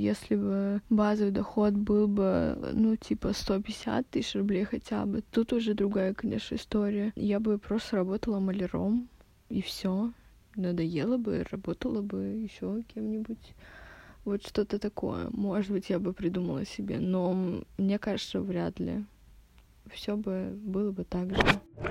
если бы базовый доход был бы, 150 тысяч рублей хотя бы, тут уже другая, конечно, история. Я бы просто работала маляром, и все. Надоело бы, работала бы еще кем-нибудь. Вот что-то такое. Может быть, я бы придумала себе, но мне кажется, вряд ли. Все бы было бы так же.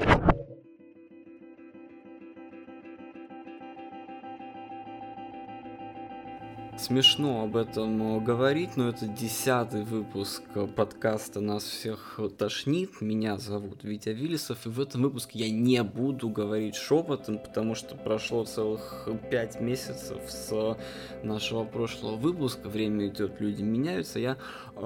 Смешно об этом говорить, но это 10-й выпуск подкаста «Нас всех тошнит». Меня зовут Витя Виллисов, и в этом выпуске я не буду говорить шепотом, потому что прошло целых 5 месяцев с нашего прошлого выпуска. Время идет, люди меняются. Я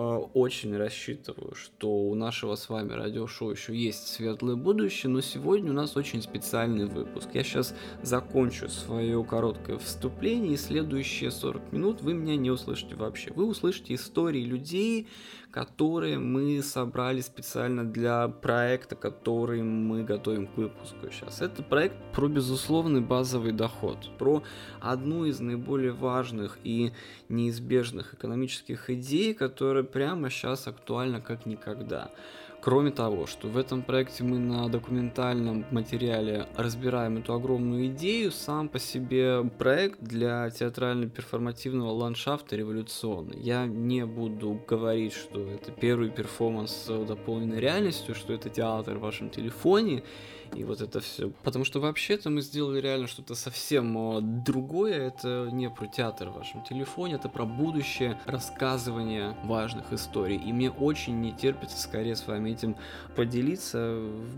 очень рассчитываю, что у нашего с вами радиошоу еще есть светлое будущее, но сегодня у нас очень специальный выпуск. Я сейчас закончу свое короткое вступление, и следующие 40 минут вы меня не услышите вообще. Вы услышите истории людей, которые мы собрали специально для проекта, который мы готовим к выпуску сейчас. Это проект про безусловный базовый доход, про одну из наиболее важных и неизбежных экономических идей, которая прямо сейчас актуальна как никогда. Кроме того, что в этом проекте мы на документальном материале разбираем эту огромную идею, сам по себе проект для театрально-перформативного ландшафта революционный. Я не буду говорить, что это первый перформанс с дополненной реальностью, что это театр в вашем телефоне, и вот это все. Потому что вообще-то мы сделали реально что-то совсем другое. Это не про театр в вашем телефоне, это про будущее рассказывание важных историй. И мне очень не терпится скорее с вами этим поделиться.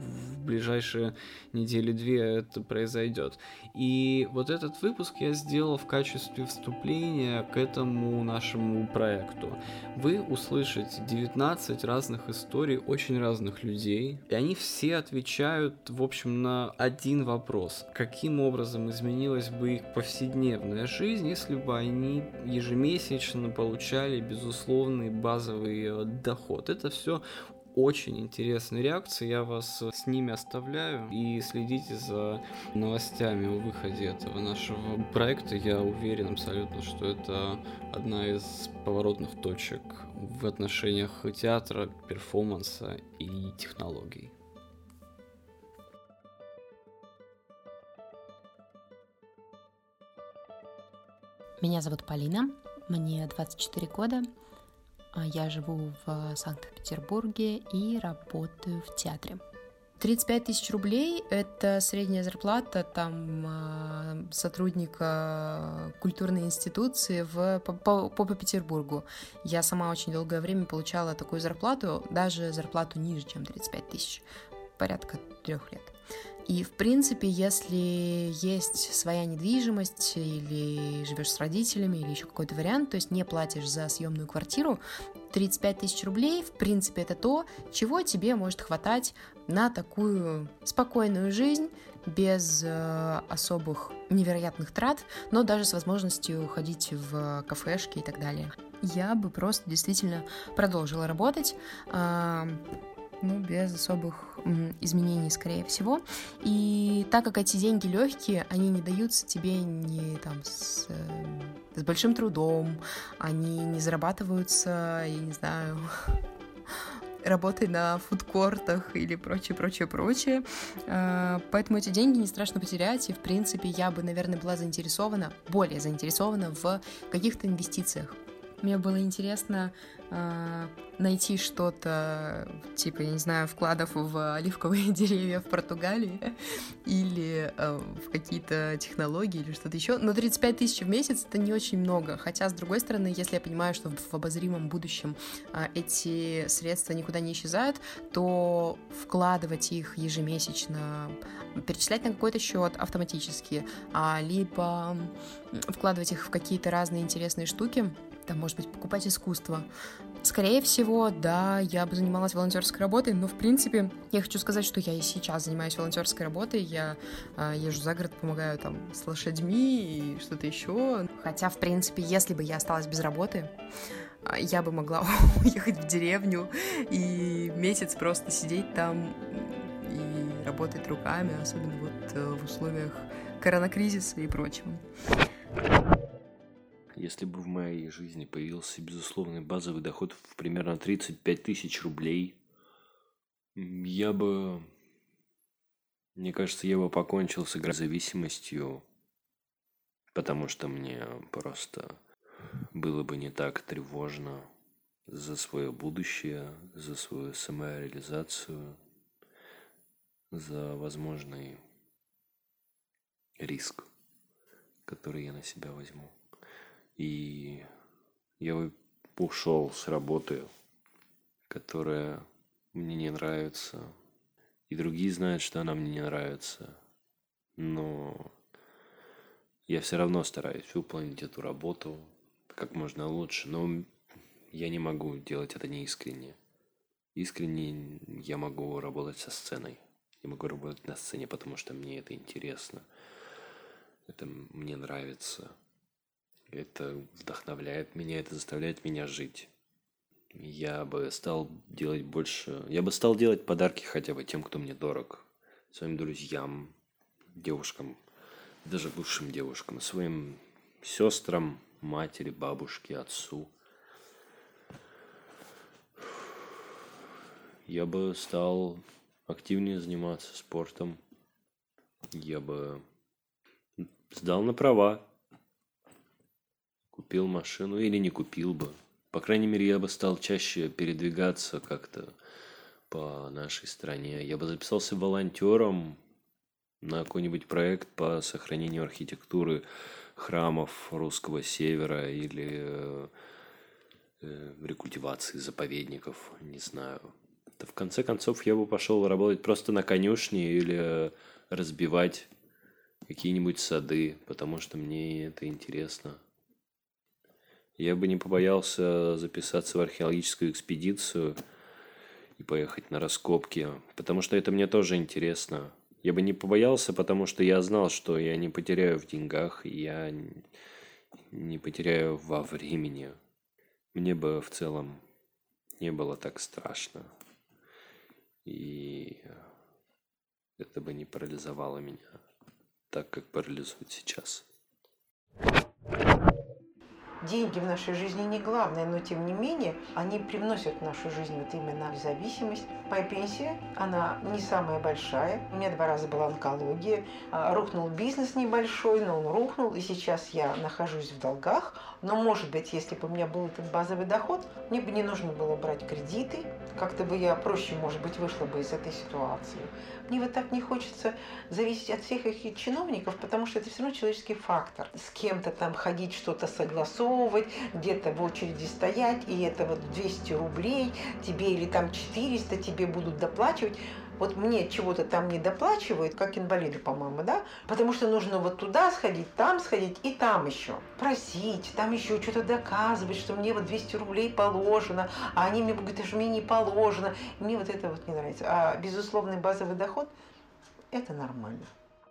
В ближайшие недели-две это произойдет. И вот этот выпуск я сделал в качестве вступления к этому нашему проекту. Вы услышите 19 разных историй очень разных людей, и они все отвечают, в общем, на один вопрос. Каким образом изменилась бы их повседневная жизнь, если бы они ежемесячно получали безусловный базовый доход? Это все очень интересные реакции, я вас с ними оставляю, и следите за новостями о выходе этого нашего проекта. Я уверен абсолютно, что это одна из поворотных точек в отношениях театра, перформанса и технологий. Меня зовут Полина, мне 24 года. Я живу в Санкт-Петербурге и работаю в театре. 35 тысяч рублей – это средняя зарплата сотрудника культурной институции по Петербургу. Я сама очень долгое время получала такую зарплату, даже зарплату ниже, чем 35 тысяч, порядка 3 лет. И, в принципе, если есть своя недвижимость, или живешь с родителями, или еще какой-то вариант, то есть не платишь за съемную квартиру, 35 тысяч рублей, в принципе, это то, чего тебе может хватать на такую спокойную жизнь, без особых невероятных трат, но даже с возможностью ходить в кафешки и так далее. Я бы просто действительно продолжила работать, без особых изменений, скорее всего. И так как эти деньги легкие, они не даются тебе не с большим трудом, они не зарабатываются, я не знаю, работой на фудкортах или прочее. Поэтому эти деньги не страшно потерять, и, в принципе, я бы, наверное, была более заинтересована в каких-то инвестициях. Мне было интересно найти что-то, вкладов в оливковые деревья в Португалии или в какие-то технологии или что-то еще. Но 35 тысяч в месяц — это не очень много. Хотя, с другой стороны, если я понимаю, что в обозримом будущем эти средства никуда не исчезают, то вкладывать их ежемесячно, перечислять на какой-то счет автоматически, либо вкладывать их в какие-то разные интересные штуки, может быть, покупать искусство. Скорее всего, да, я бы занималась волонтерской работой, но, в принципе, я хочу сказать, что я и сейчас занимаюсь волонтерской работой, я езжу за город, помогаю с лошадьми и что-то еще. Хотя, в принципе, если бы я осталась без работы, я бы могла уехать в деревню и месяц просто сидеть там и работать руками, особенно в условиях коронакризиса и прочего. Если бы в моей жизни появился безусловный базовый доход в примерно 35 тысяч рублей, мне кажется, я бы покончил с зависимостью, потому что мне просто было бы не так тревожно за свое будущее, за свою самореализацию, за возможный риск, который я на себя возьму. И я бы ушел с работы, которая мне не нравится, и другие знают, что она мне не нравится, но я все равно стараюсь выполнить эту работу как можно лучше, но я не могу делать это неискренне. Искренне я могу работать со сценой. Я могу работать на сцене, потому что мне это интересно. Это мне нравится. Это вдохновляет меня, это заставляет меня жить. Я бы стал делать больше... Я бы стал делать подарки хотя бы тем, кто мне дорог. Своим друзьям, девушкам, даже бывшим девушкам, своим сестрам, матери, бабушке, отцу. Я бы стал активнее заниматься спортом. Я бы сдал на права. Купил машину или не купил бы. По крайней мере, я бы стал чаще передвигаться как-то по нашей стране. Я бы записался волонтером на какой-нибудь проект по сохранению архитектуры храмов русского севера или рекультивации заповедников, не знаю. Да в конце концов, я бы пошел работать просто на конюшне или разбивать какие-нибудь сады, потому что мне это интересно. Я бы не побоялся записаться в археологическую экспедицию и поехать на раскопки, потому что это мне тоже интересно. Я бы не побоялся, потому что я знал, что я не потеряю в деньгах, и я не потеряю во времени. Мне бы в целом не было так страшно. И это бы не парализовало меня так, как парализует сейчас. Деньги в нашей жизни не главное, но тем не менее они привносят в нашу жизнь вот именно зависимость. Моя пенсия, она не самая большая. У меня 2 раза была онкология. Рухнул бизнес небольшой, но он рухнул. И сейчас я нахожусь в долгах. Но, может быть, если бы у меня был этот базовый доход, мне бы не нужно было брать кредиты. Как-то бы я проще, может быть, вышла бы из этой ситуации. Мне вот так не хочется зависеть от всех этих чиновников, потому что это все равно человеческий фактор. С кем-то там ходить, что-то согласовывать, где-то в очереди стоять, и это вот 200 рублей тебе или там 400 тебе будут доплачивать. Вот мне чего-то там не доплачивают, как инвалиду, по-моему, да? Потому что нужно вот туда сходить и там еще. Просить, там еще что-то доказывать, что мне вот 200 рублей положено, а они мне говорят, что мне не положено. Мне вот это вот не нравится. А безусловный базовый доход – это нормально.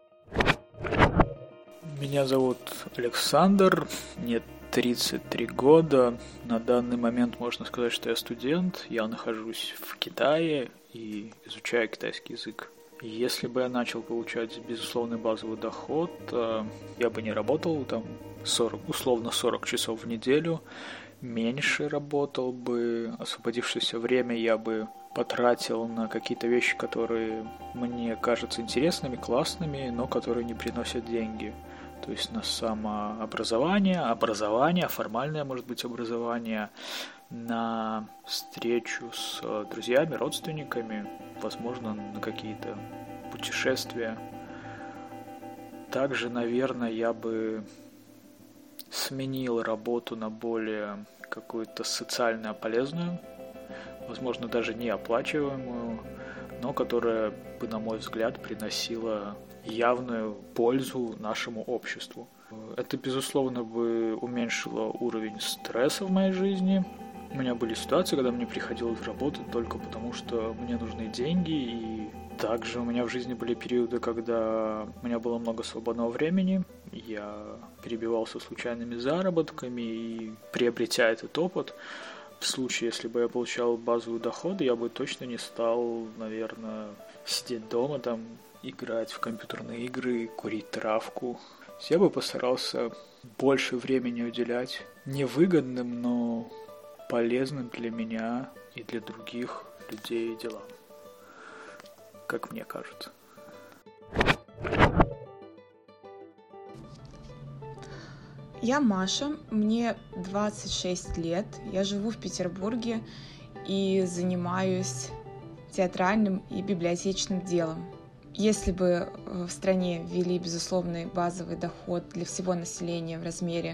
Меня зовут Александр, мне 33 года. На данный момент можно сказать, что я студент. Я нахожусь в Китае и изучаю китайский язык. Если бы я начал получать безусловный базовый доход, я бы не работал там 40 часов в неделю, меньше работал бы, освободившееся время я бы потратил на какие-то вещи, которые мне кажутся интересными, классными, но которые не приносят деньги. То есть на образование, формальное, может быть, образование, на встречу с друзьями, родственниками, возможно, на какие-то путешествия. Также, наверное, я бы сменил работу на более какую-то социально полезную, возможно, даже неоплачиваемую, но которая бы, на мой взгляд, приносила явную пользу нашему обществу. Это, безусловно, бы уменьшило уровень стресса в моей жизни. У меня были ситуации, когда мне приходилось работать только потому, что мне нужны деньги, и также у меня в жизни были периоды, когда у меня было много свободного времени, я перебивался случайными заработками, и приобретя этот опыт, в случае, если бы я получал базовый доход, я бы точно не стал, наверное, сидеть дома, там, играть в компьютерные игры, курить травку. Я бы постарался больше времени уделять невыгодным, но полезным для меня и для других людей делам, как мне кажется. Я Маша, мне 26 лет, я живу в Петербурге и занимаюсь театральным и библиотечным делом. Если бы в стране ввели безусловный базовый доход для всего населения в размере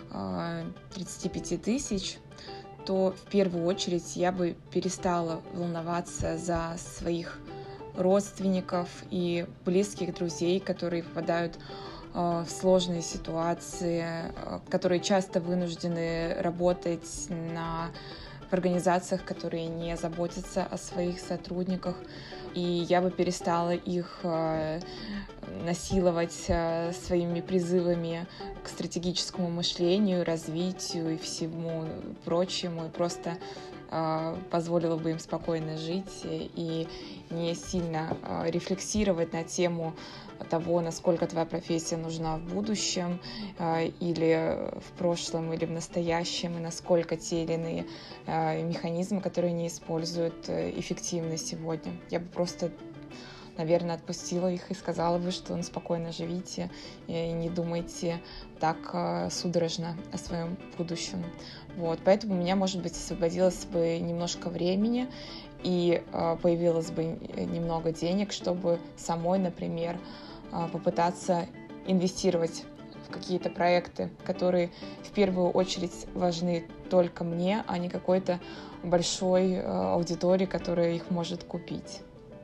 35 тысяч, то в первую очередь я бы перестала волноваться за своих родственников и близких друзей, которые попадают в сложные ситуации, которые часто вынуждены работать в организациях, которые не заботятся о своих сотрудниках. И я бы перестала их насиловать своими призывами к стратегическому мышлению, развитию и всему прочему, и просто позволила бы им спокойно жить и не сильно рефлексировать на тему того, насколько твоя профессия нужна в будущем или в прошлом, или в настоящем, и насколько те или иные механизмы, которые они используют, эффективны сегодня. Я бы просто, наверное, отпустила их и сказала бы, что спокойно живите и не думайте так судорожно о своем будущем. Вот. Поэтому у меня, может быть, освободилось бы немножко времени и появилось бы немного денег, чтобы самой, например, попытаться инвестировать в какие-то проекты, которые в первую очередь важны только мне, а не какой-то большой аудитории, которая их может купить.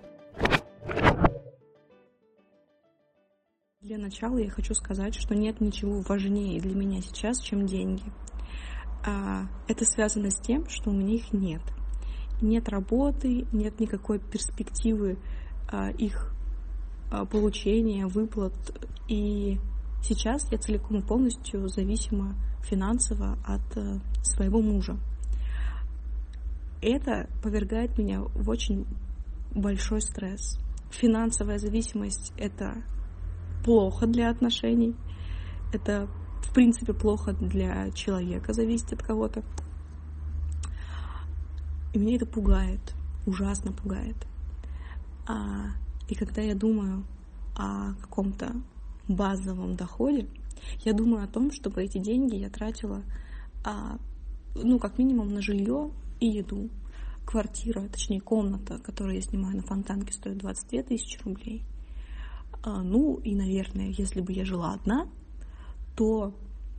Для начала я хочу сказать, что нет ничего важнее для меня сейчас, чем деньги. Это связано с тем, что у меня их нет. Нет работы, нет никакой перспективы их получения, выплат. И сейчас я целиком и полностью зависима финансово от своего мужа. Это повергает меня в очень большой стресс. Финансовая зависимость — это плохо для отношений. Это, в принципе, плохо для человека зависеть от кого-то. И меня это пугает, ужасно пугает. И когда я думаю о каком-то базовом доходе, я думаю о том, чтобы эти деньги я тратила, как минимум на жилье и еду. Квартира, точнее комната, которую я снимаю на Фонтанке, стоит 22 тысячи рублей. И, наверное, если бы я жила одна, то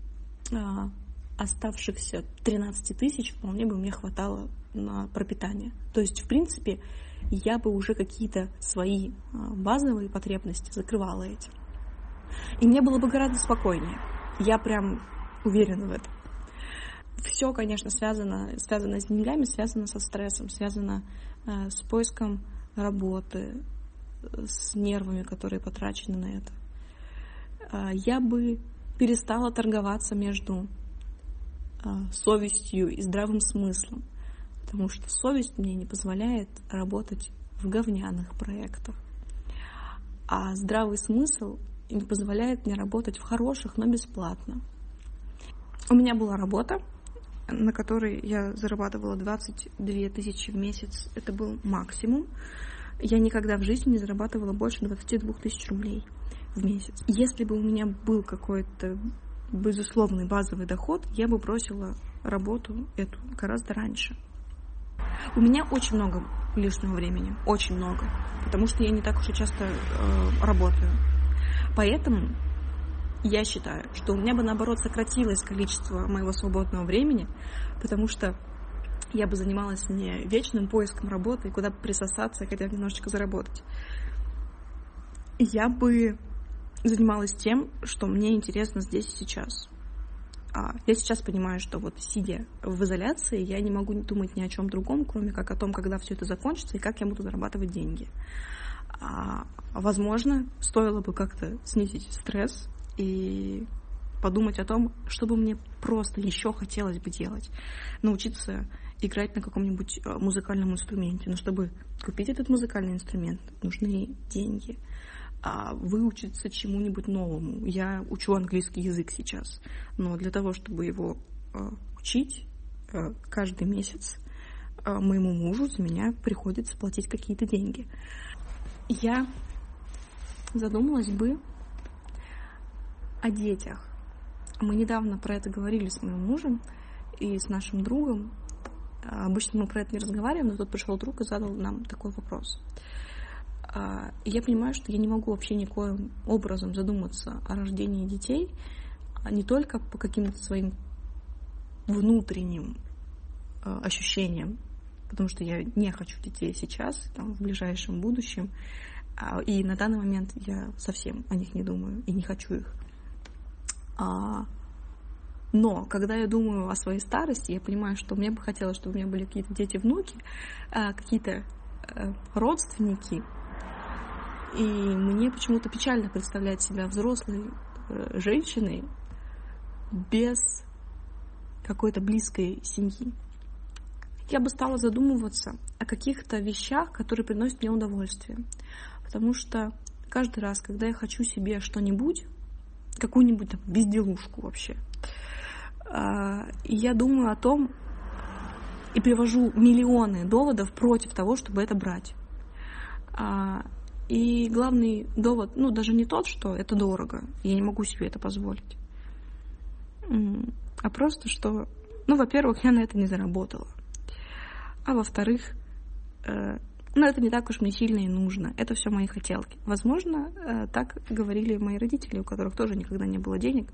оставшихся 13 тысяч вполне бы мне хватало на пропитание. То есть, в принципе, я бы уже какие-то свои базовые потребности закрывала этим. И мне было бы гораздо спокойнее. Я прям уверена в этом. Все, конечно, связано с деньгами, связано со стрессом, связано с поиском работы, с нервами, которые потрачены на это. Я бы перестала торговаться между совестью и здравым смыслом, потому что совесть мне не позволяет работать в говняных проектах, а здравый смысл не позволяет мне работать в хороших, но бесплатно. У меня была работа, на которой я зарабатывала 22 тысячи в месяц. Это был максимум. Я никогда в жизни не зарабатывала больше 22 тысяч рублей в месяц. Если бы у меня был какой-то безусловный базовый доход, я бы бросила работу эту гораздо раньше. У меня очень много лишнего времени, очень много, потому что я не так уж и часто работаю. Поэтому я считаю, что у меня бы, наоборот, сократилось количество моего свободного времени, потому что я бы занималась не вечным поиском работы, куда бы присосаться и хотя бы немножечко заработать. Я бы занималась тем, что мне интересно здесь и сейчас. Я сейчас понимаю, что вот сидя в изоляции, я не могу думать ни о чем другом, кроме как о том, когда все это закончится и как я буду зарабатывать деньги. Возможно, стоило бы как-то снизить стресс и подумать о том, что бы мне просто еще хотелось бы делать. Научиться играть на каком-нибудь музыкальном инструменте. Но чтобы купить этот музыкальный инструмент, нужны деньги. выучиться чему-нибудь новому. Я учу английский язык сейчас, но для того, чтобы его учить каждый месяц, моему мужу за меня приходится платить какие-то деньги. Я задумалась бы о детях. Мы недавно про это говорили с моим мужем и с нашим другом. Обычно мы про это не разговариваем, но тут пришел друг и задал нам такой вопрос. И я понимаю, что я не могу вообще никоим образом задуматься о рождении детей, не только по каким-то своим внутренним ощущениям, потому что я не хочу детей сейчас, там, в ближайшем будущем, и на данный момент я совсем о них не думаю и не хочу их. Но когда я думаю о своей старости, я понимаю, что мне бы хотелось, чтобы у меня были какие-то дети-внуки, какие-то родственники. И мне почему-то печально представлять себя взрослой женщиной без какой-то близкой семьи. Я бы стала задумываться о каких-то вещах, которые приносят мне удовольствие. Потому что каждый раз, когда я хочу себе что-нибудь, какую-нибудь там безделушку вообще, я думаю о том и привожу миллионы доводов против того, чтобы это брать. И главный довод, даже не тот, что это дорого, я не могу себе это позволить, а просто, что, во-первых, я на это не заработала, а во-вторых, это не так уж мне сильно и нужно, это все мои хотелки. Возможно, так говорили мои родители, у которых тоже никогда не было денег,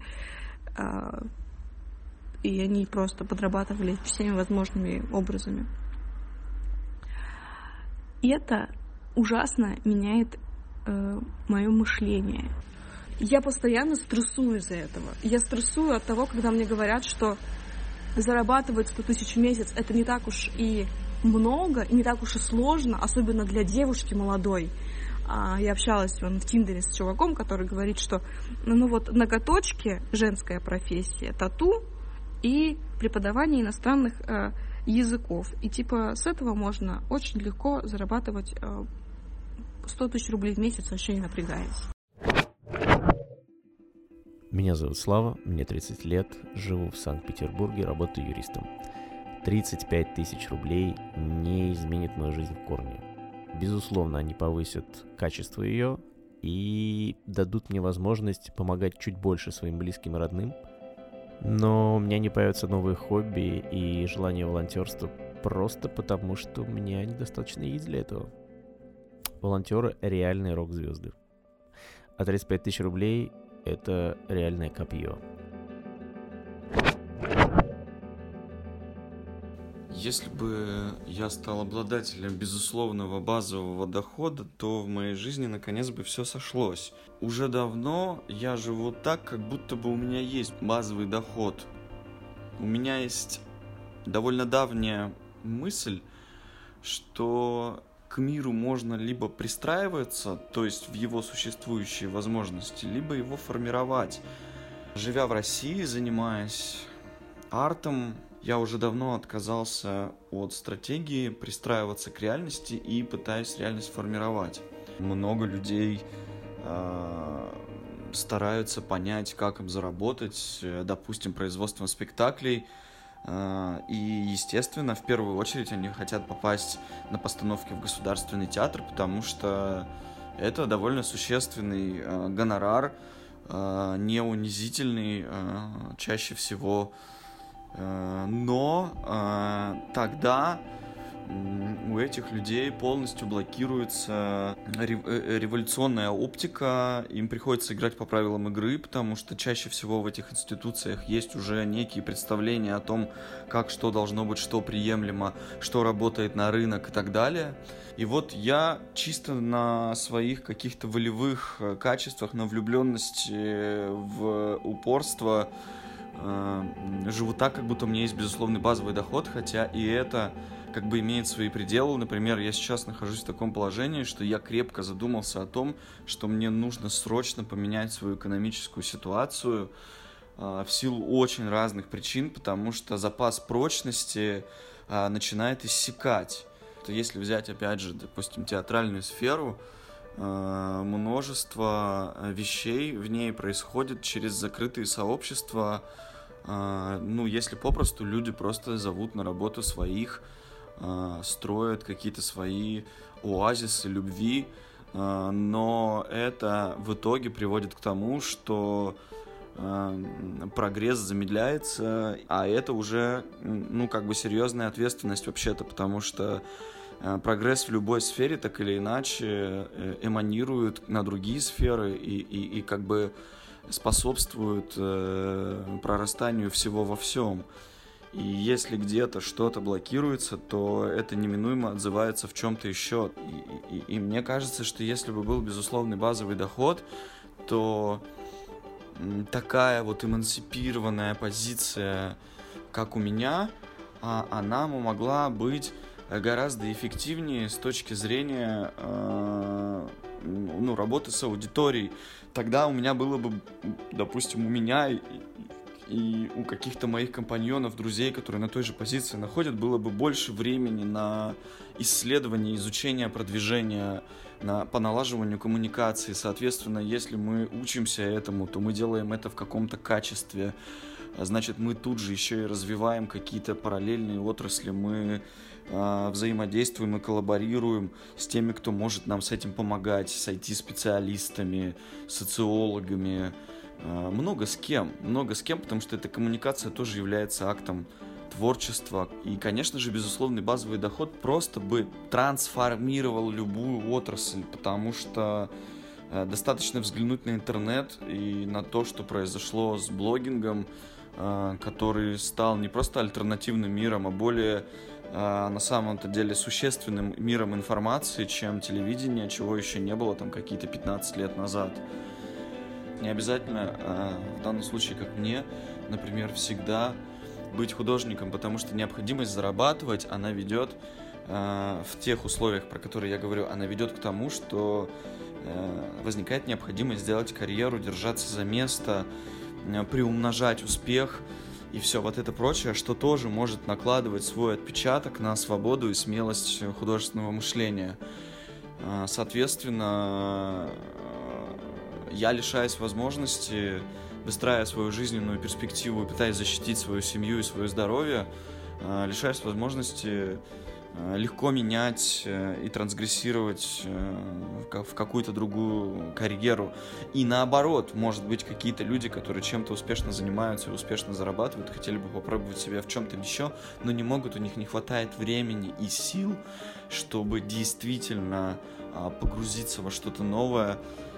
и они просто подрабатывали всеми возможными образами. И это ужасно меняет мое мышление. Я постоянно стрессую из-за этого. Я стрессую от того, когда мне говорят, что зарабатывать 100 тысяч в месяц — это не так уж и много, и не так уж и сложно, особенно для девушки молодой. Я общалась в Тиндере с чуваком, который говорит, что ноготочки — женская профессия, тату и преподавание иностранных языков. И с этого можно очень легко зарабатывать 100 тысяч рублей в месяц, вообще не напрягаясь. Меня зовут Слава, мне 30 лет, живу в Санкт-Петербурге, работаю юристом. 35 тысяч рублей не изменит мою жизнь в корне. Безусловно, они повысят качество ее и дадут мне возможность помогать чуть больше своим близким и родным. Но у меня не появятся новые хобби и желание волонтерства просто потому, что у меня недостаточно яиц для этого. Волонтеры — реальные рок-звезды. А 35 тысяч рублей — это реальное копье. Если бы я стал обладателем безусловного базового дохода, то в моей жизни наконец бы все сошлось. Уже давно я живу так, как будто бы у меня есть базовый доход. У меня есть довольно давняя мысль, что к миру можно либо пристраиваться, то есть в его существующие возможности, либо его формировать. Живя в России, занимаясь артом, я уже давно отказался от стратегии пристраиваться к реальности и пытаюсь реальность формировать. Много людей стараются понять, как им заработать, допустим, производством спектаклей. И, естественно, в первую очередь они хотят попасть на постановки в Государственный театр, потому что это довольно существенный гонорар, не унизительный чаще всего. Но тогда у этих людей полностью блокируется революционная оптика, им приходится играть по правилам игры, потому что чаще всего в этих институциях есть уже некие представления о том, как что должно быть, что приемлемо, что работает на рынок и так далее. И вот я чисто на своих каких-то волевых качествах, на влюбленности в упорство живу так, как будто у меня есть безусловный базовый доход, хотя и это как бы имеет свои пределы. Например, я сейчас нахожусь в таком положении, что я крепко задумался о том, что мне нужно срочно поменять свою экономическую ситуацию в силу очень разных причин, потому что запас прочности начинает иссякать. Если взять, опять же, допустим, театральную сферу, множество вещей в ней происходит через закрытые сообщества. Если попросту, люди просто зовут на работу своих, строят какие-то свои оазисы любви, но это в итоге приводит к тому, что прогресс замедляется, а это уже, серьезная ответственность вообще-то, потому что прогресс в любой сфере так или иначе эманирует на другие сферы и способствует прорастанию всего во всем. И если где-то что-то блокируется, то это неминуемо отзывается в чем-то еще. И мне кажется, что если бы был безусловный базовый доход, то такая вот эмансипированная позиция, как у меня, она могла быть гораздо эффективнее с точки зрения работы с аудиторией. Тогда у меня было бы, допустим, у меня и у каких-то моих компаньонов, друзей, которые на той же позиции находят, было бы больше времени на исследование, изучение, продвижение, по налаживанию коммуникации. Соответственно, если мы учимся этому, то мы делаем это в каком-то качестве. Значит, мы тут же еще и развиваем какие-то параллельные отрасли, мы взаимодействуем и коллаборируем с теми, кто может нам с этим помогать, с IT-специалистами, социологами, много с кем, потому что эта коммуникация тоже является актом творчества. И, конечно же, безусловный базовый доход просто бы трансформировал любую отрасль, потому что достаточно взглянуть на интернет и на то, что произошло с блогингом, который стал не просто альтернативным миром, а более на самом-то деле существенным миром информации, чем телевидение, чего еще не было там какие-то 15 лет назад. Не обязательно в данном случае, как мне, например, всегда быть художником, потому что необходимость зарабатывать, она ведет в тех условиях, про которые я говорю, она ведет к тому, что возникает необходимость сделать карьеру, держаться за место, приумножать успех и все вот это прочее, что тоже может накладывать свой отпечаток на свободу и смелость художественного мышления. Соответственно, я лишаюсь возможности, выстраивая свою жизненную перспективу и пытаясь защитить свою семью и свое здоровье, лишаюсь возможности легко менять и трансгрессировать в какую-то другую карьеру. И наоборот, может быть, какие-то люди, которые чем-то успешно занимаются и успешно зарабатывают, хотели бы попробовать себя в чем-то еще, но не могут, у них не хватает времени и сил, чтобы действительно погрузиться во что-то новое.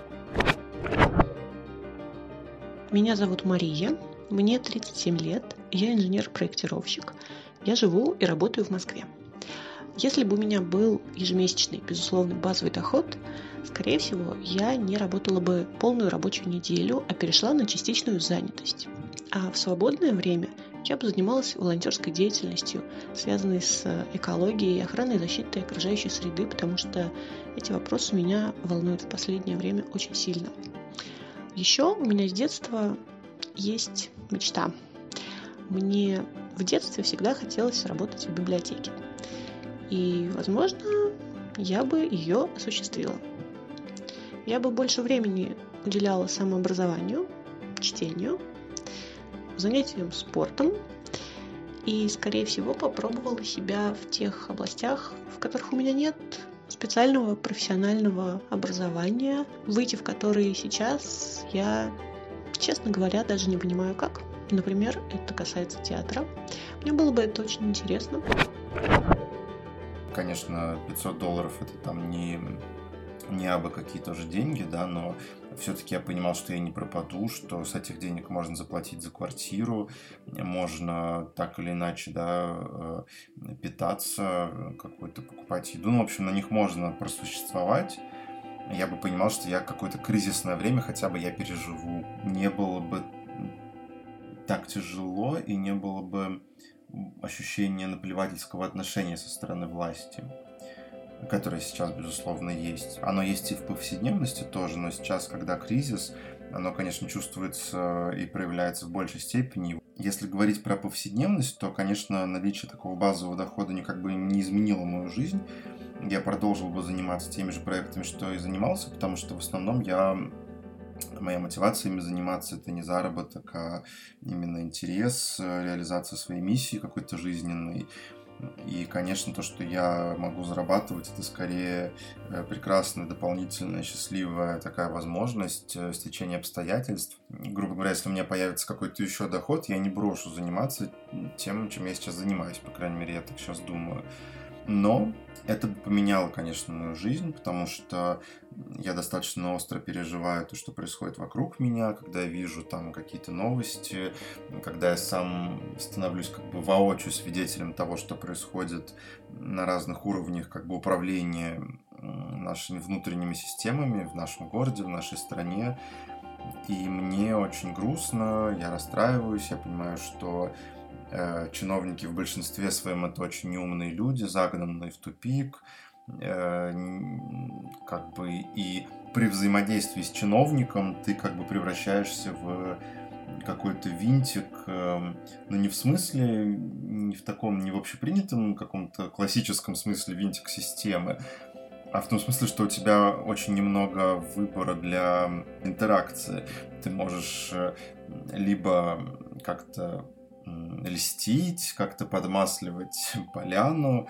Меня зовут Мария, мне 37 лет, я инженер-проектировщик, я живу и работаю в Москве. Если бы у меня был ежемесячный, безусловный базовый доход, скорее всего, я не работала бы полную рабочую неделю, а перешла на частичную занятость. А в свободное время я бы занималась волонтерской деятельностью, связанной с экологией, охраной и защитой окружающей среды, потому что эти вопросы меня волнуют в последнее время очень сильно. Еще у меня с детства есть мечта. Мне в детстве всегда хотелось работать в библиотеке. И, возможно, я бы ее осуществила. Я бы больше времени уделяла самообразованию, чтению, занятиям спортом и, скорее всего, попробовала себя в тех областях, в которых у меня нет специального профессионального образования, выйти в которые сейчас я, честно говоря, даже не понимаю как. Например, это касается театра. Мне было бы это очень интересно. Конечно, $500 это там не абы какие тоже деньги, да, но все-таки я понимал, что я не пропаду, что с этих денег можно заплатить за квартиру, можно так или иначе, да, питаться, какую-то покупать еду, в общем, на них можно просуществовать. Я бы понимал, что я какое-то кризисное время хотя бы я переживу. Не было бы так тяжело и не было бы ощущения наплевательского отношения со стороны власти, которое сейчас, безусловно, есть. Оно есть и в повседневности тоже, но сейчас, когда кризис, оно, конечно, чувствуется и проявляется в большей степени. Если говорить про повседневность, то, конечно, наличие такого базового дохода никак бы не изменило мою жизнь. Я продолжил бы заниматься теми же проектами, что и занимался, потому что в основном моя мотивация ими заниматься — это не заработок, а именно интерес, реализация своей миссии какой-то жизненной. И, конечно, то, что я могу зарабатывать, это скорее прекрасная, дополнительная, счастливая такая возможность стечения обстоятельств. Грубо говоря, если у меня появится какой-то еще доход, я не брошу заниматься тем, чем я сейчас занимаюсь. По крайней мере, я так сейчас думаю. Но это поменяло, конечно, мою жизнь, потому что я достаточно остро переживаю то, что происходит вокруг меня, когда я вижу там какие-то новости, когда я сам становлюсь как бы воочию свидетелем того, что происходит на разных уровнях как бы управления нашими внутренними системами в нашем городе, в нашей стране. И мне очень грустно, я расстраиваюсь, я понимаю, что чиновники в большинстве своем это очень неумные люди, загнанные в тупик, как бы и при взаимодействии с чиновником ты как бы превращаешься в какой-то винтик, ну не в смысле, не в таком, не в общепринятом каком-то классическом смысле винтик системы, а в том смысле, что у тебя очень немного выбора для интеракции. Ты можешь либо как-то льстить, как-то подмасливать поляну.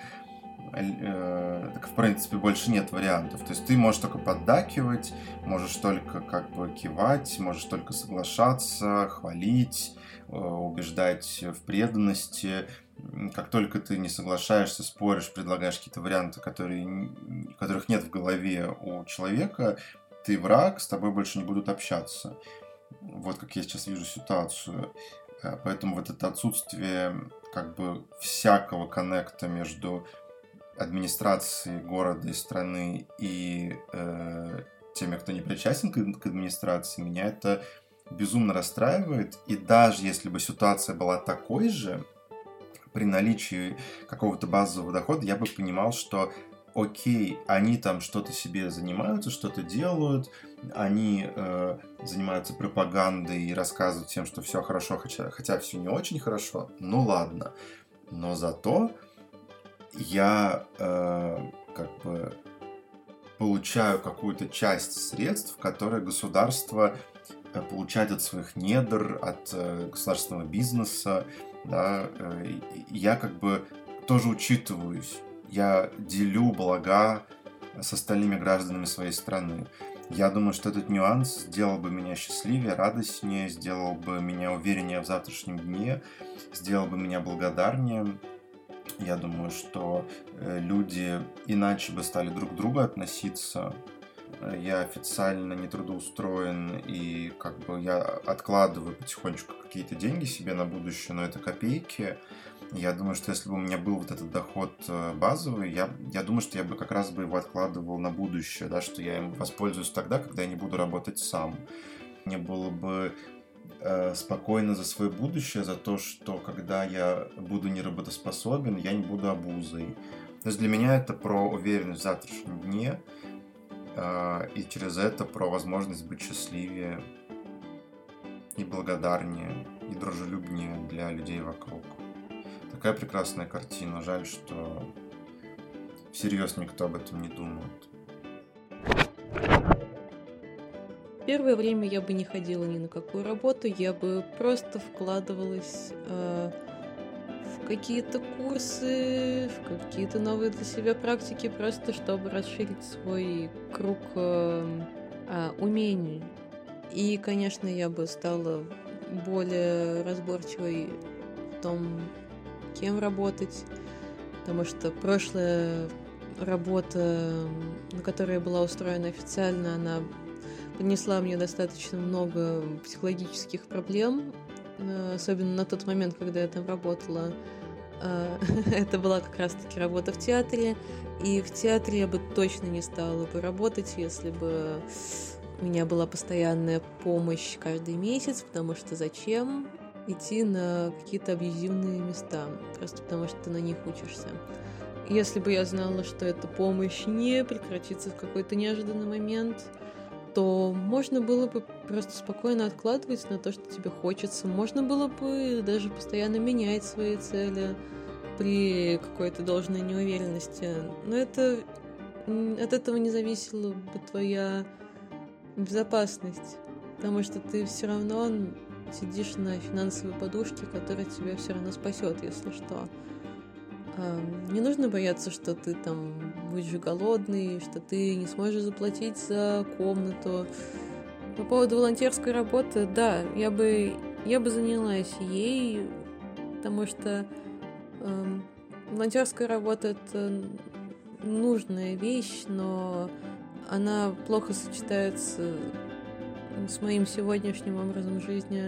Так, в принципе, больше нет вариантов. То есть ты можешь только поддакивать, можешь только как бы кивать, можешь только соглашаться, хвалить, убеждать в преданности. Как только ты не соглашаешься, споришь, предлагаешь какие-то варианты, которых нет в голове у человека, ты враг, с тобой больше не будут общаться. Вот как я сейчас вижу ситуацию. Поэтому вот это отсутствие как бы всякого коннекта между администрацией города и страны и теми, кто не причастен к администрации, меня это безумно расстраивает. И даже если бы ситуация была такой же, при наличии какого-то базового дохода, я бы понимал, что окей, они там что-то себе занимаются, что-то делают, они занимаются пропагандой и рассказывают всем, что все хорошо, хотя все не очень хорошо, ну ладно. Но зато я как бы получаю какую-то часть средств, которые государство получает от своих недр, от государственного бизнеса, да, я как бы тоже учитываюсь. Я делю блага с остальными гражданами своей страны. Я думаю, что этот нюанс сделал бы меня счастливее, радостнее, сделал бы меня увереннее в завтрашнем дне, сделал бы меня благодарнее. Я думаю, что люди иначе бы стали друг к другу относиться. Я официально не трудоустроен, и как бы я откладываю потихонечку какие-то деньги себе на будущее, но это копейки. Я думаю, что если бы у меня был вот этот доход базовый, я думаю, что я бы как раз бы его откладывал на будущее, да, что я им воспользуюсь тогда, когда я не буду работать сам. Мне было бы спокойно за свое будущее, за то, что когда я буду неработоспособен, я не буду обузой. То есть для меня это про уверенность в завтрашнем дне, и через это про возможность быть счастливее и благодарнее, и дружелюбнее для людей вокруг. Такая прекрасная картина. Жаль, что всерьез никто об этом не думает. Первое время я бы не ходила ни на какую работу, я бы просто вкладывалась в какие-то курсы, в какие-то новые для себя практики, просто чтобы расширить свой круг умений. И, конечно, я бы стала более разборчивой в том, кем работать, потому что прошлая работа, на которой я была устроена официально, она принесла мне достаточно много психологических проблем, особенно на тот момент, когда я там работала. Это была как раз-таки работа в театре, и в театре я бы точно не стала бы работать, если бы у меня была постоянная помощь каждый месяц, потому что зачем идти на какие-то абьюзивные места, просто потому что ты на них учишься. Если бы я знала, что эта помощь не прекратится в какой-то неожиданный момент, то можно было бы просто спокойно откладывать на то, что тебе хочется. Можно было бы даже постоянно менять свои цели при какой-то должной неуверенности. Но это от этого не зависела бы твоя безопасность, потому что ты все равно сидишь на финансовой подушке, которая тебя все равно спасет, если что. Не нужно бояться, что ты там будешь голодный, что ты не сможешь заплатить за комнату. По поводу волонтерской работы, да, я бы занялась ей, потому что волонтерская работа — это нужная вещь, но она плохо сочетается с моим сегодняшним образом жизни,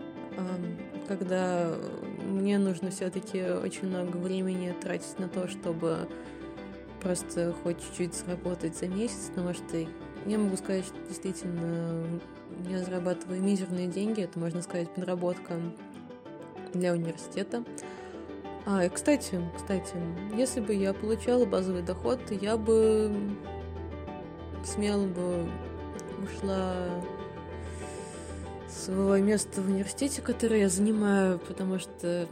когда мне нужно все-таки очень много времени тратить на то, чтобы просто хоть чуть-чуть заработать за месяц, потому что я могу сказать, что действительно я зарабатываю мизерные деньги, это, можно сказать, подработка для университета. И, кстати, если бы я получала базовый доход, я бы смело бы ушла с своего места в университете, которое я занимаю, потому что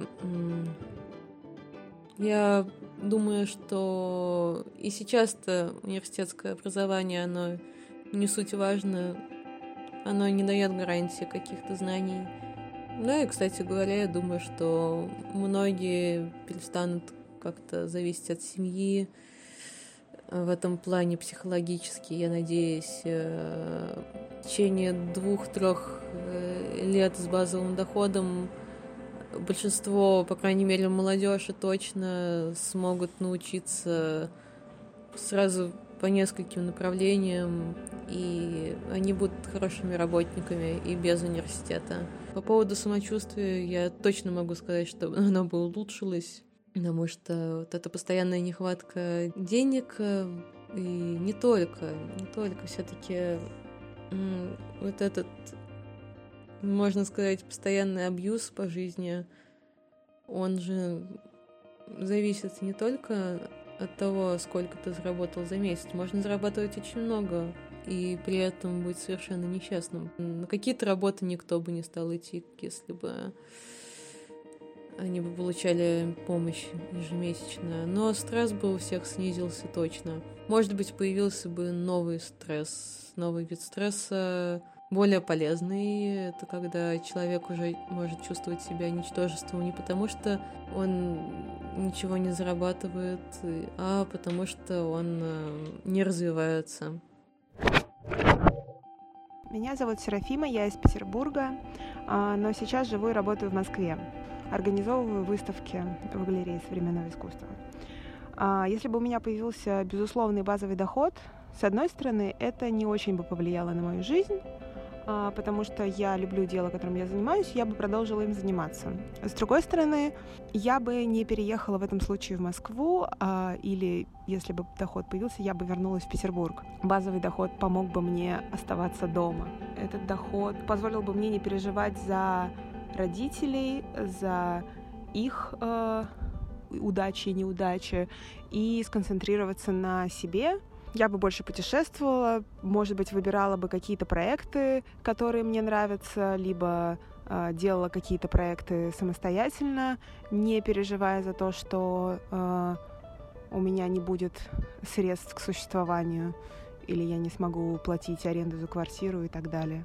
я думаю, что и сейчас-то университетское образование, оно не суть важно, оно не дает гарантии каких-то знаний. Ну и, кстати говоря, я думаю, что многие перестанут как-то зависеть от семьи в этом плане психологически. Я надеюсь, в течение 2-3 лет с базовым доходом большинство, по крайней мере, молодежи точно смогут научиться сразу по нескольким направлениям, и они будут хорошими работниками и без университета. По поводу самочувствия я точно могу сказать, что оно бы улучшилось, потому что вот эта постоянная нехватка денег, и не только все-таки вот этот, можно сказать, постоянный абьюз по жизни, он же зависит не только от того, сколько ты заработал за месяц. Можно зарабатывать очень много и при этом быть совершенно несчастным. На какие-то работы никто бы не стал идти, если бы они бы получали помощь ежемесячно. Но стресс бы у всех снизился точно. Может быть, появился бы новый стресс, новый вид стресса, более полезный. Это когда человек уже может чувствовать себя ничтожеством не потому, что он ничего не зарабатывает, а потому что он не развивается. Меня зовут Серафима, я из Петербурга, но сейчас живу и работаю в Москве. Организовываю выставки в галерее современного искусства. Если бы у меня появился безусловный базовый доход, с одной стороны, это не очень бы повлияло на мою жизнь, потому что я люблю дело, которым я занимаюсь, я бы продолжила им заниматься. С другой стороны, я бы не переехала в этом случае в Москву, или, если бы доход появился, я бы вернулась в Петербург. Базовый доход помог бы мне оставаться дома. Этот доход позволил бы мне не переживать за родителей, за их удачи и неудачи, и сконцентрироваться на себе. Я бы больше путешествовала, может быть, выбирала бы какие-то проекты, которые мне нравятся, либо делала какие-то проекты самостоятельно, не переживая за то, что у меня не будет средств к существованию, или я не смогу платить аренду за квартиру и так далее.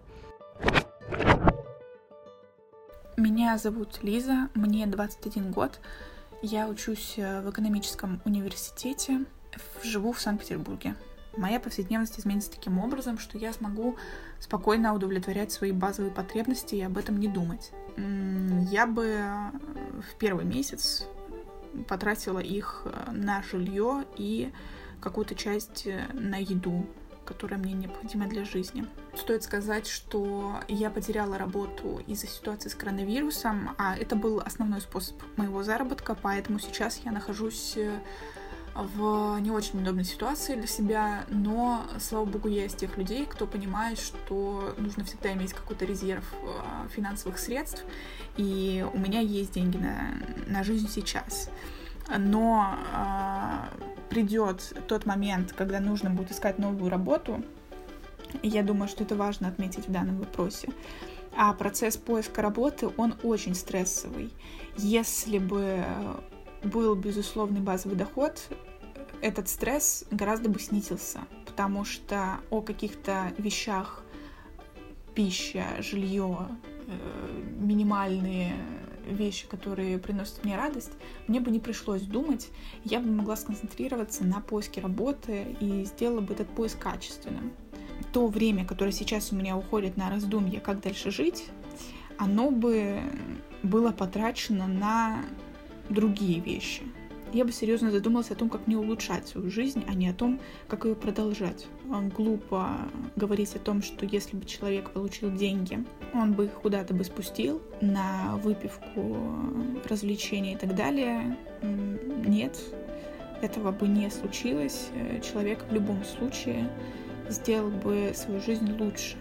Меня зовут Лиза, мне 21 год. Я учусь в экономическом университете, живу в Санкт-Петербурге. Моя повседневность изменится таким образом, что я смогу спокойно удовлетворять свои базовые потребности и об этом не думать. Я бы в первый месяц потратила их на жилье и какую-то часть на еду, которая мне необходима для жизни. Стоит сказать, что я потеряла работу из-за ситуации с коронавирусом, а это был основной способ моего заработка, поэтому сейчас я нахожусь в не очень удобной ситуации для себя, но, слава богу, я из тех людей, кто понимает, что нужно всегда иметь какой-то резерв финансовых средств, и у меня есть деньги на жизнь сейчас. Но придет тот момент, когда нужно будет искать новую работу, И я думаю, что это важно отметить в данном вопросе. А процесс поиска работы, он очень стрессовый. Если бы был безусловный базовый доход, этот стресс гораздо бы снизился, потому что о каких-то вещах, пища, жилье, минимальные вещи, которые приносят мне радость, мне бы не пришлось думать, я бы могла сконцентрироваться на поиске работы и сделала бы этот поиск качественным. То время, которое сейчас у меня уходит на раздумье, как дальше жить, оно бы было потрачено на другие вещи. Я бы серьезно задумалась о том, как мне улучшать свою жизнь, а не о том, как ее продолжать. Глупо говорить о том, что если бы человек получил деньги, он бы их куда-то бы спустил на выпивку, развлечения и так далее. Нет, этого бы не случилось. Человек в любом случае сделал бы свою жизнь лучше.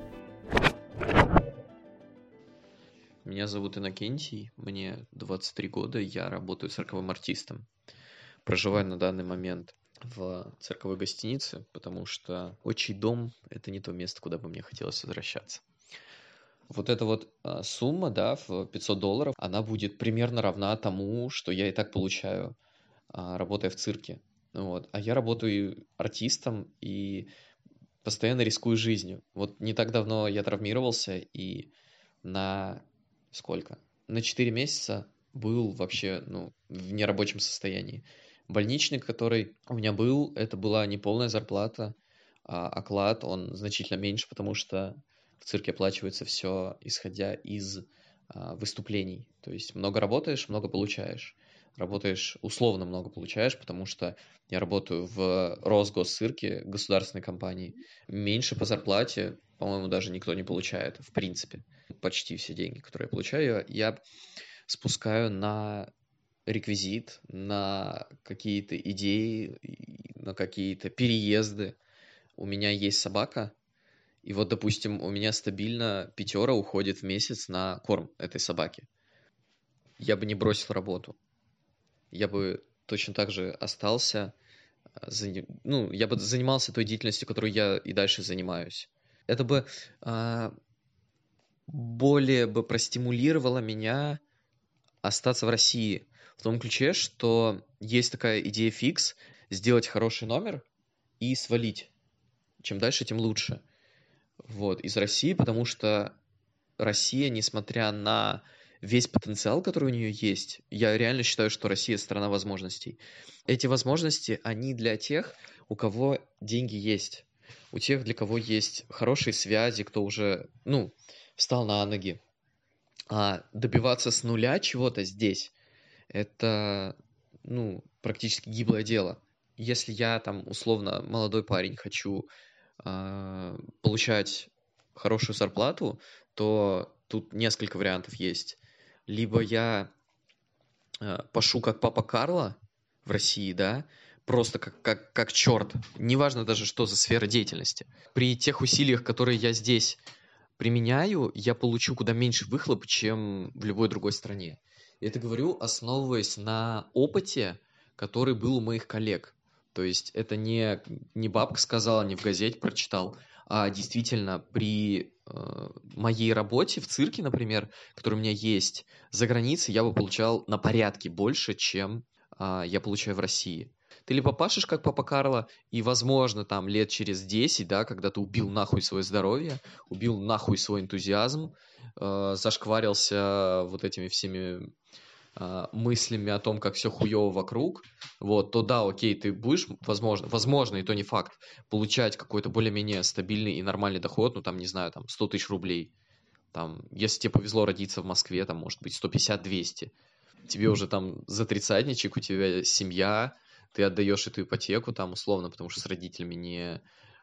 Меня зовут Иннокентий, мне 23 года, я работаю цирковым артистом. Проживаю на данный момент в цирковой гостинице, потому что отчий дом – это не то место, куда бы мне хотелось возвращаться. Вот эта вот сумма, да, в $500, она будет примерно равна тому, что я и так получаю, работая в цирке. Вот. А я работаю артистом и постоянно рискую жизнью. Вот не так давно я травмировался и на 4 месяца был вообще, в нерабочем состоянии. Больничный, который у меня был, это была не полная зарплата, а оклад, он значительно меньше, потому что в цирке оплачивается все, исходя из выступлений. То есть много работаешь, много получаешь. Работаешь, условно много получаешь, потому что я работаю в Росгосцирке, государственной компании. Меньше по зарплате, по-моему, даже никто не получает, в принципе. Почти все деньги, которые я получаю, я спускаю на реквизит, на какие-то идеи, на какие-то переезды. У меня есть собака, и вот, допустим, у меня стабильно 5 уходит в месяц на корм этой собаки. Я бы не бросил работу. Я бы точно так же остался, я бы занимался той деятельностью, которой я и дальше занимаюсь. Это бы более бы простимулировало меня остаться в России. В том ключе, что есть такая идея фикс, сделать хороший номер и свалить. Чем дальше, тем лучше. Вот, из России, потому что Россия, несмотря на весь потенциал, который у нее есть, я реально считаю, что Россия страна возможностей. Эти возможности, они для тех, у кого деньги есть. У тех, для кого есть хорошие связи, кто уже, встал на ноги. А добиваться с нуля чего-то здесь, это, практически гиблое дело. Если я там, условно, молодой парень, хочу получать хорошую зарплату, то тут несколько вариантов есть. Либо я пашу как папа Карло в России, да, просто как черт. Неважно даже, что за сфера деятельности. При тех усилиях, которые я здесь применяю, я получу куда меньше выхлоп, чем в любой другой стране. И это говорю, основываясь на опыте, который был у моих коллег. То есть это не бабка сказала, не в газете прочитал, а действительно при моей работе в цирке, например, которая у меня есть, за границей я бы получал на порядке больше, чем я получаю в России. Ты либо пашешь, как папа Карло, и, возможно, там лет через 10, да, когда ты убил нахуй свое здоровье, убил нахуй свой энтузиазм, зашкварился вот этими всеми мыслями о том, как все хуево вокруг, вот, то да, окей, ты будешь, возможно, и то не факт, получать какой-то более-менее стабильный и нормальный доход, 100 тысяч рублей. Там, если тебе повезло родиться в Москве, там, может быть, 150-200. Тебе уже там за тридцатничек, у тебя семья, ты отдаешь эту ипотеку, там, условно, потому что с родителями не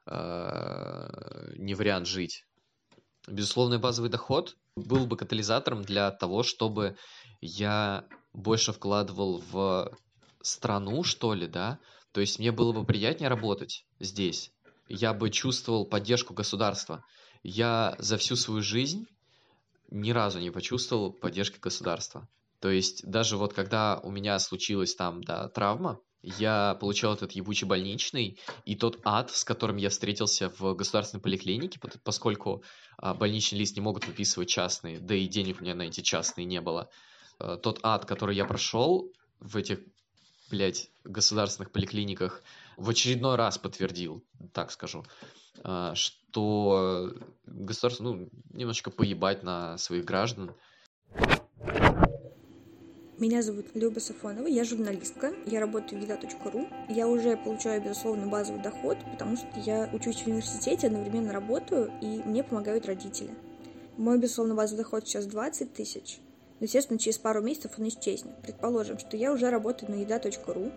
вариант жить. Безусловный базовый доход был бы катализатором для того, чтобы я больше вкладывал в страну, что ли, да? То есть мне было бы приятнее работать здесь. Я бы чувствовал поддержку государства. Я за всю свою жизнь ни разу не почувствовал поддержки государства. То есть даже вот когда у меня случилась там, да, травма, я получал этот ебучий больничный, и тот ад, с которым я встретился в государственной поликлинике, поскольку больничный лист не могут выписывать частные, да и денег у меня на эти частные не было, тот ад, который я прошел в этих, блядь, государственных поликлиниках, в очередной раз подтвердил, так скажу, что государство, немножечко поебать на своих граждан. Меня зовут Люба Сафонова, я журналистка, я работаю в еда.ру. Я уже получаю, безусловно, базовый доход, потому что я учусь в университете, одновременно работаю, и мне помогают родители. Мой, безусловно, базовый доход сейчас 20 тысяч. Но, естественно, через пару месяцев он исчезнет. Предположим, что я уже работаю на еда.ру,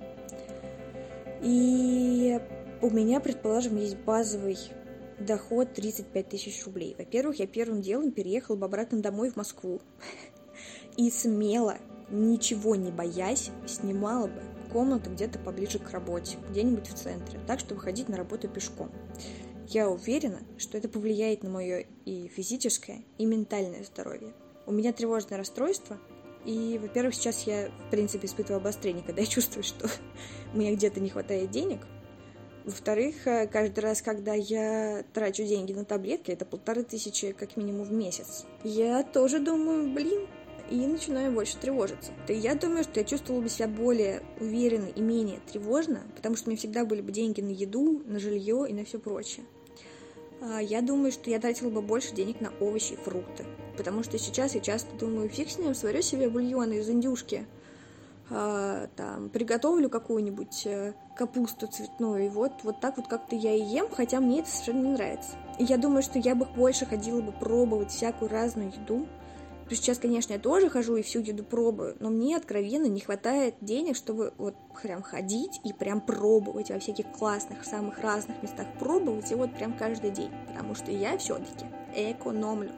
и у меня, предположим, есть базовый доход 35 тысяч рублей. Во-первых, я первым делом переехала бы обратно домой в Москву и смело, ничего не боясь, снимала бы комнату где-то поближе к работе, где-нибудь в центре, так, чтобы ходить на работу пешком. Я уверена, что это повлияет на мое и физическое, и ментальное здоровье. У меня тревожное расстройство, и, во-первых, сейчас я, в принципе, испытываю обострение, когда я чувствую, что мне где-то не хватает денег. Во-вторых, каждый раз, когда я трачу деньги на таблетки, это 1500 как минимум в месяц, я тоже думаю, и начинаю больше тревожиться. И я думаю, что я чувствовала бы себя более уверенно и менее тревожно, потому что у меня всегда были бы деньги на еду, на жилье и на все прочее. Я думаю, что я тратила бы больше денег на овощи и фрукты, потому что сейчас я часто думаю, фиг с ним, сварю себе бульон из индюшки, приготовлю какую-нибудь капусту цветную, и вот так вот как-то я и ем, хотя мне это совершенно не нравится. И я думаю, что я бы больше ходила бы пробовать всякую разную еду. Сейчас, конечно, я тоже хожу и всю еду пробую, но мне откровенно не хватает денег, чтобы вот прям ходить и прям пробовать во всяких классных, самых разных местах пробовать, и вот прям каждый день, потому что я все-таки экономлю.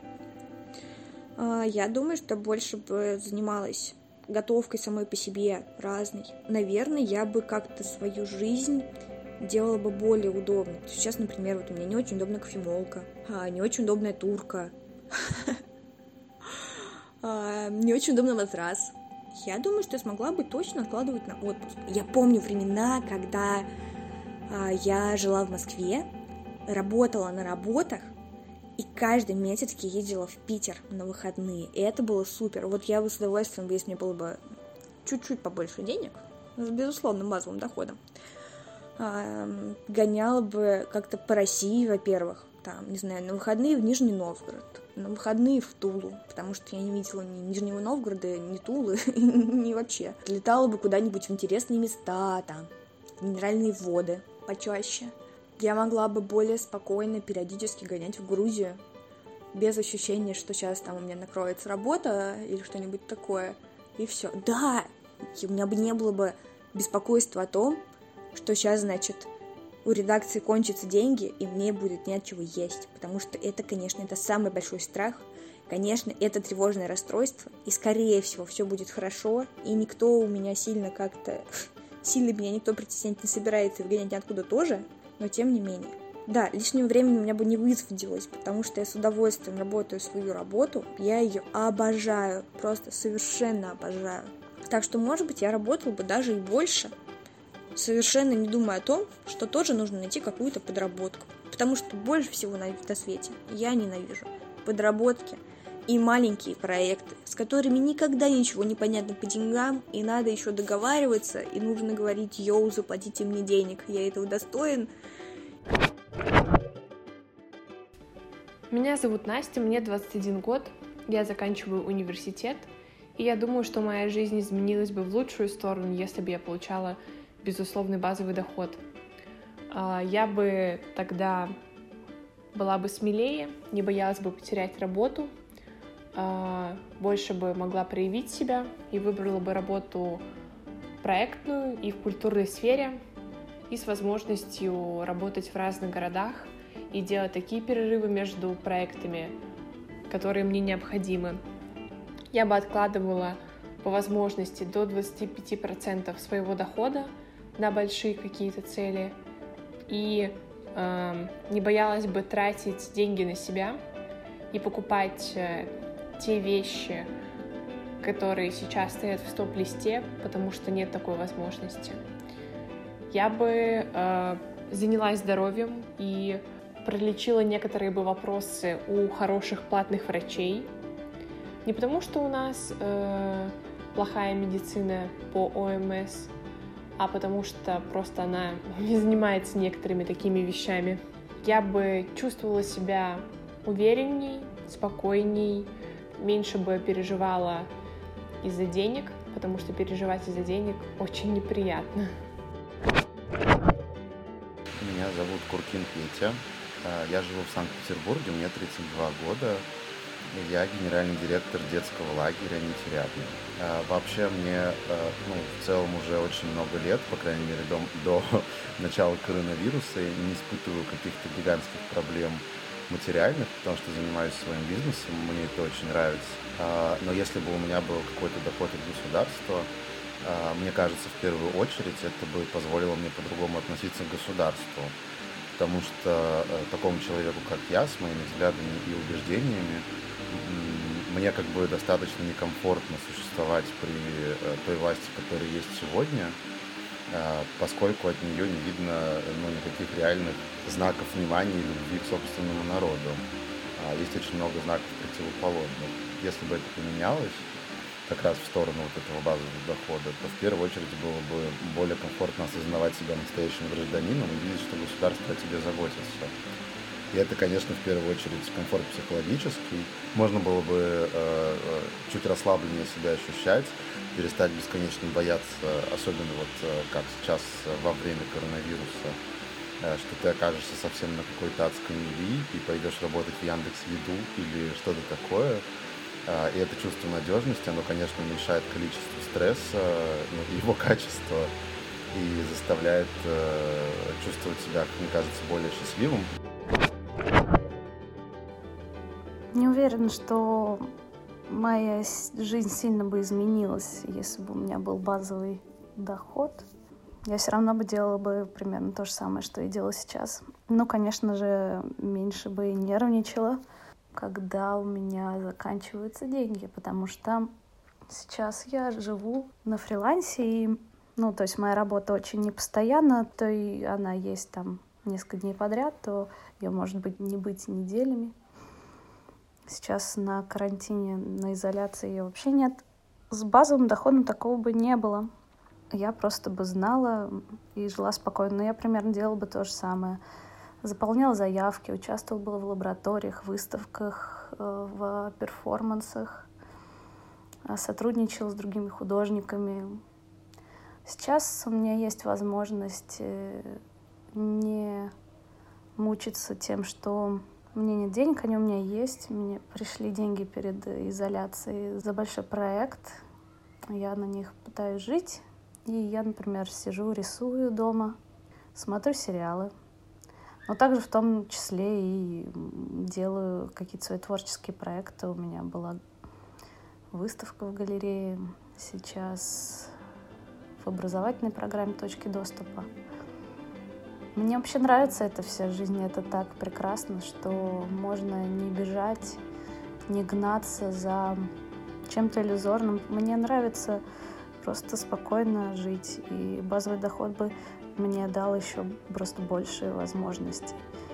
Я думаю, что больше бы занималась готовкой самой по себе разной. Наверное, я бы как-то свою жизнь делала бы более удобной. Сейчас, например, вот у меня не очень удобная кофемолка, не очень удобная турка, не очень удобный матрас. Я думаю, что я смогла бы точно откладывать на отпуск. Я помню времена, когда я жила в Москве, работала на работах, и каждый месяц я ездила в Питер на выходные. И это было супер. Вот я бы с удовольствием, если мне было бы чуть-чуть побольше денег, с безусловным базовым доходом, гоняла бы как-то по России, во-первых, там, не знаю, на выходные в Нижний Новгород, на выходные в Тулу, потому что я не видела ни Нижнего Новгорода, ни Тулы, ни вообще. Летала бы куда-нибудь в интересные места, там, минеральные воды почаще. Я могла бы более спокойно периодически гонять в Грузию, без ощущения, что сейчас там у меня накроется работа или что-нибудь такое, и все. Да, у меня бы не было бы беспокойства о том, что сейчас, значит, у редакции кончатся деньги, и мне будет не от чего есть, потому что это, конечно, это самый большой страх, конечно, это тревожное расстройство, и, скорее всего, все будет хорошо, и никто у меня сильно меня никто притеснять не собирается и выгонять ниоткуда тоже, но тем не менее. Да, лишнего времени у меня бы не высвободилось, потому что я с удовольствием работаю свою работу, я ее обожаю, просто совершенно обожаю. Так что, может быть, я работала бы даже и больше, совершенно не думая о том, что тоже нужно найти какую-то подработку. Потому что больше всего на свете я ненавижу подработки и маленькие проекты, с которыми никогда ничего не понятно по деньгам, и надо еще договариваться, и нужно говорить: йоу, заплатите мне денег, я этого достоин. Меня зовут Настя, мне 21 год, я заканчиваю университет, и я думаю, что моя жизнь изменилась бы в лучшую сторону, если бы я получала безусловный базовый доход. Я бы тогда была бы смелее, не боялась бы потерять работу, больше бы могла проявить себя и выбрала бы работу проектную и в культурной сфере, и с возможностью работать в разных городах и делать такие перерывы между проектами, которые мне необходимы. Я бы откладывала по возможности до 25% своего дохода на большие какие-то цели и не боялась бы тратить деньги на себя и покупать те вещи, которые сейчас стоят в стоп-листе, потому что нет такой возможности. Я бы занялась здоровьем и пролечила некоторые бы вопросы у хороших платных врачей. Не потому, что у нас плохая медицина по ОМС, а потому что просто она не занимается некоторыми такими вещами. Я бы чувствовала себя уверенней, спокойней, меньше бы переживала из-за денег, потому что переживать из-за денег очень неприятно. Меня зовут Куркин Петя. Я живу в Санкт-Петербурге, мне 32 года. Я генеральный директор детского лагеря «Нетерятный». Вообще мне в целом уже очень много лет, по крайней мере до начала коронавируса, я не испытываю каких-то гигантских проблем материальных, потому что занимаюсь своим бизнесом, мне это очень нравится. Но если бы у меня был какой-то доход от государства, мне кажется, в первую очередь это бы позволило мне по-другому относиться к государству. Потому что такому человеку, как я, с моими взглядами и убеждениями, мне как бы достаточно некомфортно существовать при той власти, которая есть сегодня, поскольку от нее не видно никаких реальных знаков внимания и любви к собственному народу. Есть очень много знаков противоположных. Если бы это поменялось как раз в сторону вот этого базового дохода, то в первую очередь было бы более комфортно осознавать себя настоящим гражданином и видеть, что государство о тебе заботится. И это, конечно, в первую очередь комфорт психологический. Можно было бы чуть расслабленнее себя ощущать, перестать бесконечно бояться, особенно вот как сейчас во время коронавируса, что ты окажешься совсем на какой-то адской мели и пойдешь работать в Яндекс.Еду или что-то такое. И это чувство надежности, оно, конечно, уменьшает количество стресса, его качество и заставляет чувствовать себя, как мне кажется, более счастливым. Не уверена, что моя жизнь сильно бы изменилась, если бы у меня был базовый доход. Я все равно бы делала бы примерно то же самое, что и делаю сейчас. Ну, конечно же, меньше бы и нервничала, когда у меня заканчиваются деньги, потому что сейчас я живу на фрилансе, и, то есть моя работа очень непостоянна, то и она есть там несколько дней подряд, то ее может быть не быть неделями. Сейчас на карантине, на изоляции ее вообще нет. С базовым доходом такого бы не было. Я просто бы знала и жила спокойно. Но я примерно делала бы то же самое. Заполняла заявки, участвовала бы в лабораториях, выставках, в перформансах, сотрудничала с другими художниками. Сейчас у меня есть возможность не мучиться тем, что у меня нет денег, они у меня есть. Мне пришли деньги перед изоляцией за большой проект. Я на них пытаюсь жить. И я, например, сижу, рисую дома, смотрю сериалы. Но также в том числе и делаю какие-то свои творческие проекты. У меня была выставка в галерее. Сейчас в образовательной программе «Точки доступа». Мне вообще нравится эта вся жизнь, это так прекрасно, что можно не бежать, не гнаться за чем-то иллюзорным. Мне нравится просто спокойно жить, и базовый доход бы мне дал еще просто больше возможностей.